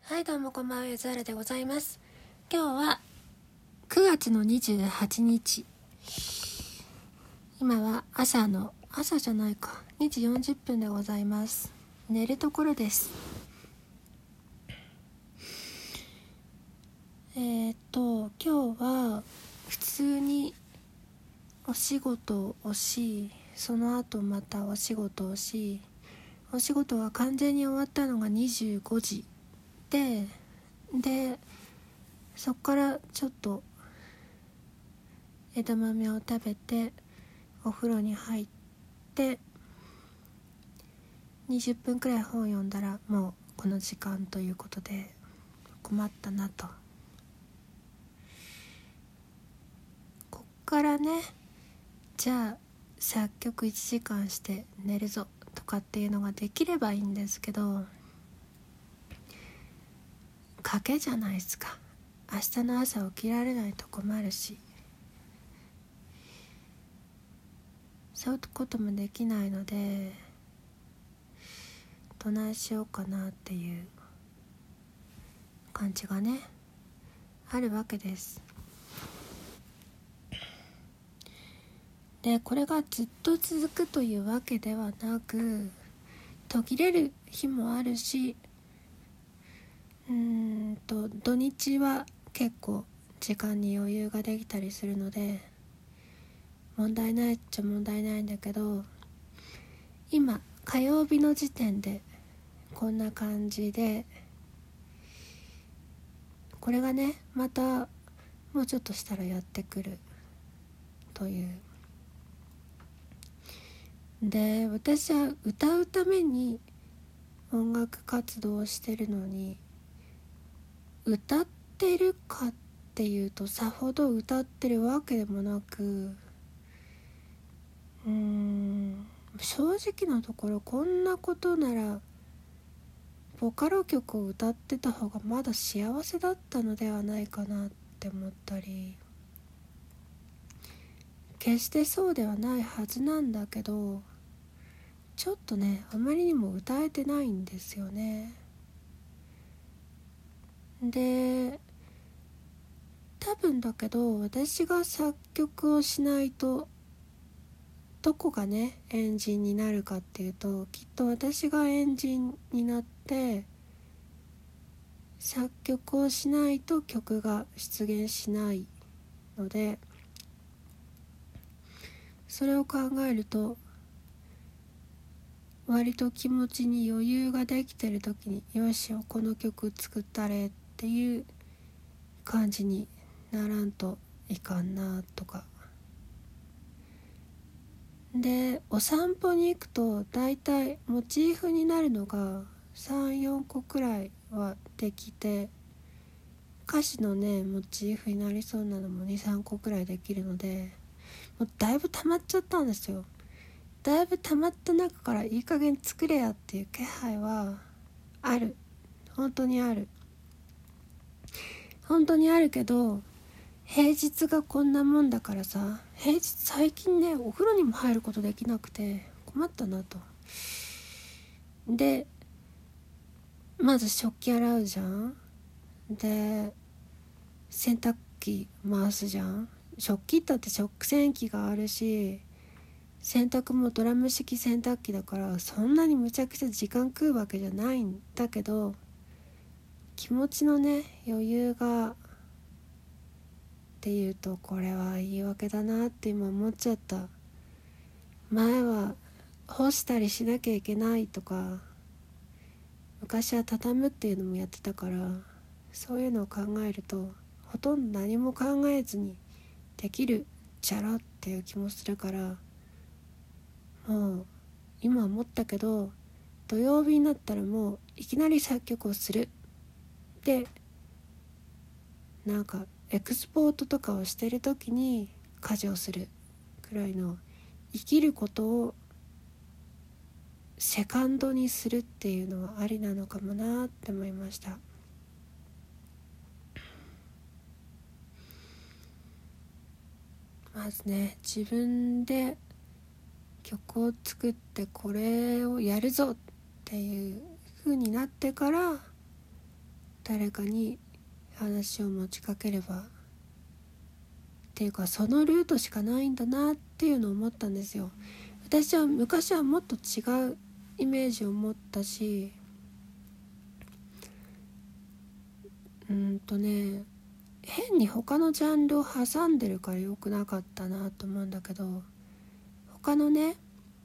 はい、どうもこんばんは、ゆずあらでございます。今日は9月の28日。今は朝じゃないか、2時40分でございます。寝るところです。今日は普通にお仕事をし、その後またお仕事をし、お仕事が完全に終わったのが25時で、そっからちょっと枝豆を食べてお風呂に入って20分くらい本を読んだらもうこの時間ということで困ったなと。こっからね、じゃあ作曲1時間して寝るぞとかっていうのができればいいんですけど、賭けじゃないですか。明日の朝起きられないと困るし、そういうこともできないので、どないしようかなっていう感じがねあるわけです。でこれがずっと続くというわけではなく、途切れる日もあるし、土日は結構時間に余裕ができたりするので問題ないっちゃ問題ないんだけど、今火曜日の時点でこんな感じで、これがねまたもうちょっとしたらやってくるという。で私は歌うために音楽活動をしてるのに、歌ってるかっていうとさほど歌ってるわけでもなく、正直なところこんなことならボカロ曲を歌ってた方がまだ幸せだったのではないかなって思ったり、決してそうではないはずなんだけど、ちょっとねあまりにも歌えてないんですよね。で多分だけど私が作曲をしないとどこがねエンジンになるかっていうと、きっと私がエンジンになって作曲をしないと曲が出現しないので、それを考えると割と気持ちに余裕ができてる時に、よしよこの曲作ったれっていう感じにならんといかんなとか。でお散歩に行くとだいたいモチーフになるのが 3,4 個くらいはできて、歌詞のねモチーフになりそうなのも 2,3 個くらいできるので、もうだいぶ溜まっちゃったんですよ。だいぶ溜まった中からいい加減作れやっていう気配はある。本当にあるけど、平日がこんなもんだからさ、平日最近ねお風呂にも入ることできなくて困ったなと。でまず食器洗うじゃん。で洗濯機回すじゃん。食器だって食洗機があるし、洗濯もドラム式洗濯機だからそんなにむちゃくちゃ時間食うわけじゃないんだけど、気持ちのね余裕がっていうとこれは言い訳だなって今思っちゃった。前は干したりしなきゃいけないとか、昔は畳むっていうのもやってたから、そういうのを考えるとほとんど何も考えずにできるじゃろっていう気もするから、もう今思ったけど土曜日になったらもういきなり作曲をするで、なんかエクスポートとかをしてる時に家事をするくらいの生きることをセカンドにするっていうのはありなのかもなって思いました。まずね自分で曲を作ってこれをやるぞっていう風になってから誰かに話を持ちかければっていうか、そのルートしかないんだなっていうのを思ったんですよ。私は昔はもっと違うイメージを持ったし、変に他のジャンルを挟んでるから良くなかったなと思うんだけど、他のね、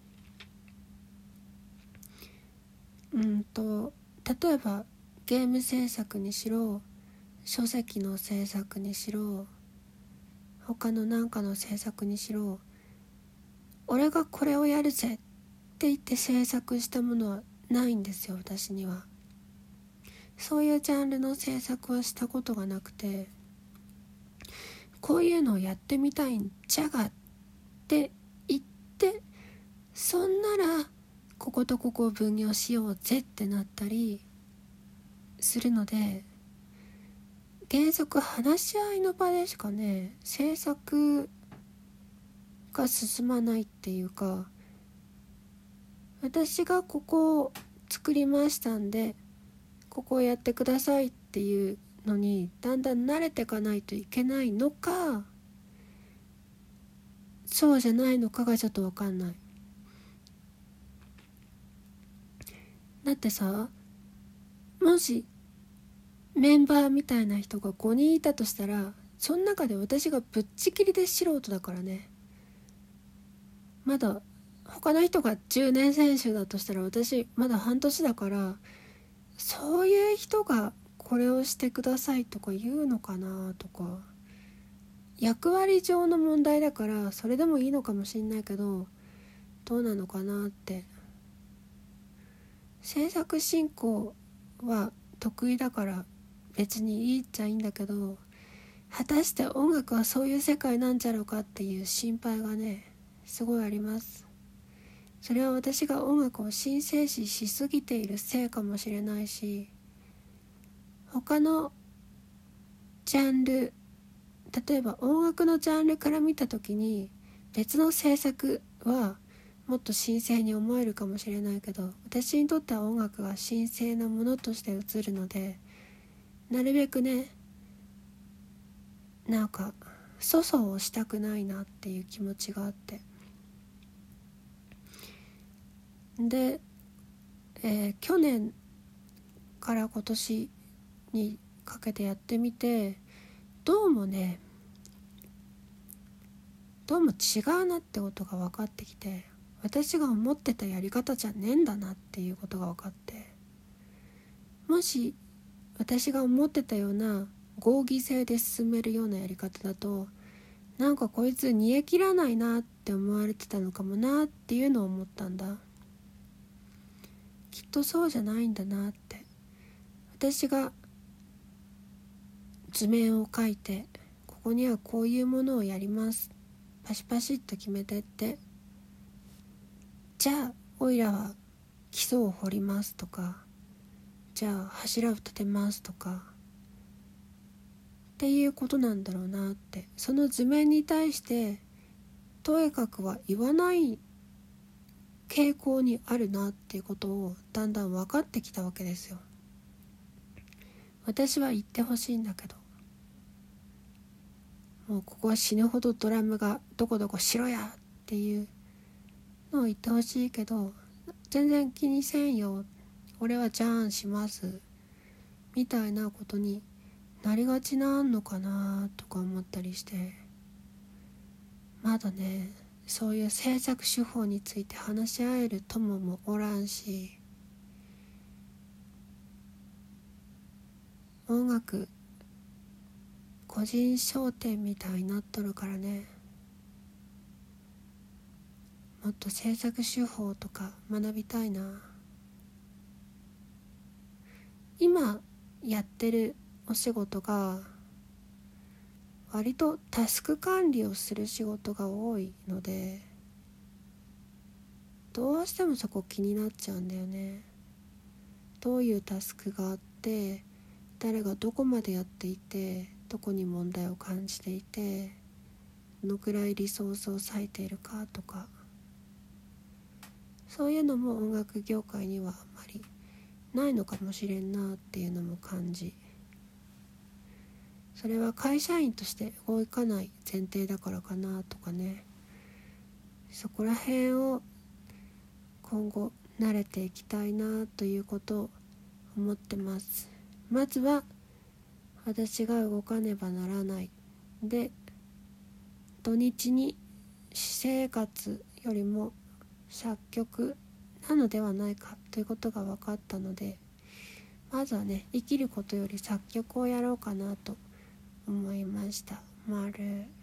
例えばゲーム制作にしろ、書籍の制作にしろ、他の何かの制作にしろ、俺がこれをやるぜって言って制作したものはないんですよ、私には。そういうジャンルの制作はしたことがなくて、こういうのをやってみたいんじゃがって言って、そんならこことここを分業しようぜってなったりするので、原則話し合いの場でしかね、制作が進まないっていうか、私がここを作りましたんでここをやってくださいっていうのにだんだん慣れていかないといけないのか、そうじゃないのかがちょっと分かんない。だってさ、もしメンバーみたいな人が5人いたとしたら、その中で私がぶっちぎりで素人だからね。まだ他の人が10年選手だとしたら、私まだ半年だから、そういう人がこれをしてくださいとか言うのかなとか、役割上の問題だからそれでもいいのかもしれないけど、どうなのかなって。制作進行は得意だから別にいいっちゃいいんだけど、果たして音楽はそういう世界なんじゃろうかっていう心配がね、すごいあります。それは私が音楽を神聖視しすぎているせいかもしれないし、他のジャンル、例えば音楽のジャンルから見た時に別の制作はもっと神聖に思えるかもしれないけど、私にとっては音楽が神聖なものとして映るので、なるべくね、なんか粗相をしたくないなっていう気持ちがあって、で、去年から今年にかけてやってみて、どうも違うなってことが分かってきて、私が思ってたやり方じゃねえんだなっていうことが分かって、もし私が思ってたような合議制で進めるようなやり方だと、なんかこいつ煮え切らないなって思われてたのかもなっていうのを思ったんだ。きっとそうじゃないんだなって。私が図面を描いて、ここにはこういうものをやります、パシパシッと決めてって、じゃあおいらは基礎を掘りますとか、じゃあ柱を立てますとかっていうことなんだろうなって。その図面に対してとやかくは言わない傾向にあるなっていうことをだんだん分かってきたわけですよ。私は言ってほしいんだけど、もうここは死ぬほどドラムがどこどこしろやっていうのを言ってほしいけど、全然気にせんよ、俺はジャーンしますみたいなことになりがちなんのかなとか思ったりして、まだね、そういう制作手法について話し合える友もおらんし、音楽個人商店みたいになっとるからね、もっと制作手法とか学びたいな。今やってるお仕事が割とタスク管理をする仕事が多いので、どうしてもそこ気になっちゃうんだよね。どういうタスクがあって、誰がどこまでやっていて、どこに問題を感じていて、どのくらいリソースを割いているかとか、そういうのも音楽業界にはあまりないのかもしれんなっていうのも感じ、 それは会社員として動かない前提だからかなとかね、そこら辺を今後慣れていきたいなということを思ってます。まずは私が動かねばならないで、土日に私生活よりも作曲なのではないかということが分かったので、まずはね、生きることより作曲をやろうかなと思いました。